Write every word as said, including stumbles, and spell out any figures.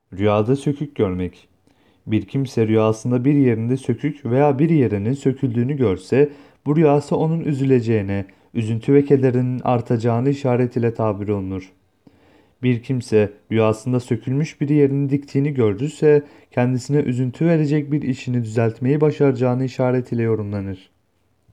Rüyada sökük görmek. Bir kimse rüyasında bir yerinde sökük veya bir yerinin söküldüğünü görse, bu rüyası onun üzüleceğine, üzüntü ve kederinin artacağını işaret ile tabir olunur. Bir kimse rüyasında sökülmüş bir yerini diktiğini gördüyse, kendisine üzüntü verecek bir işini düzeltmeyi başaracağını işaret ile yorumlanır.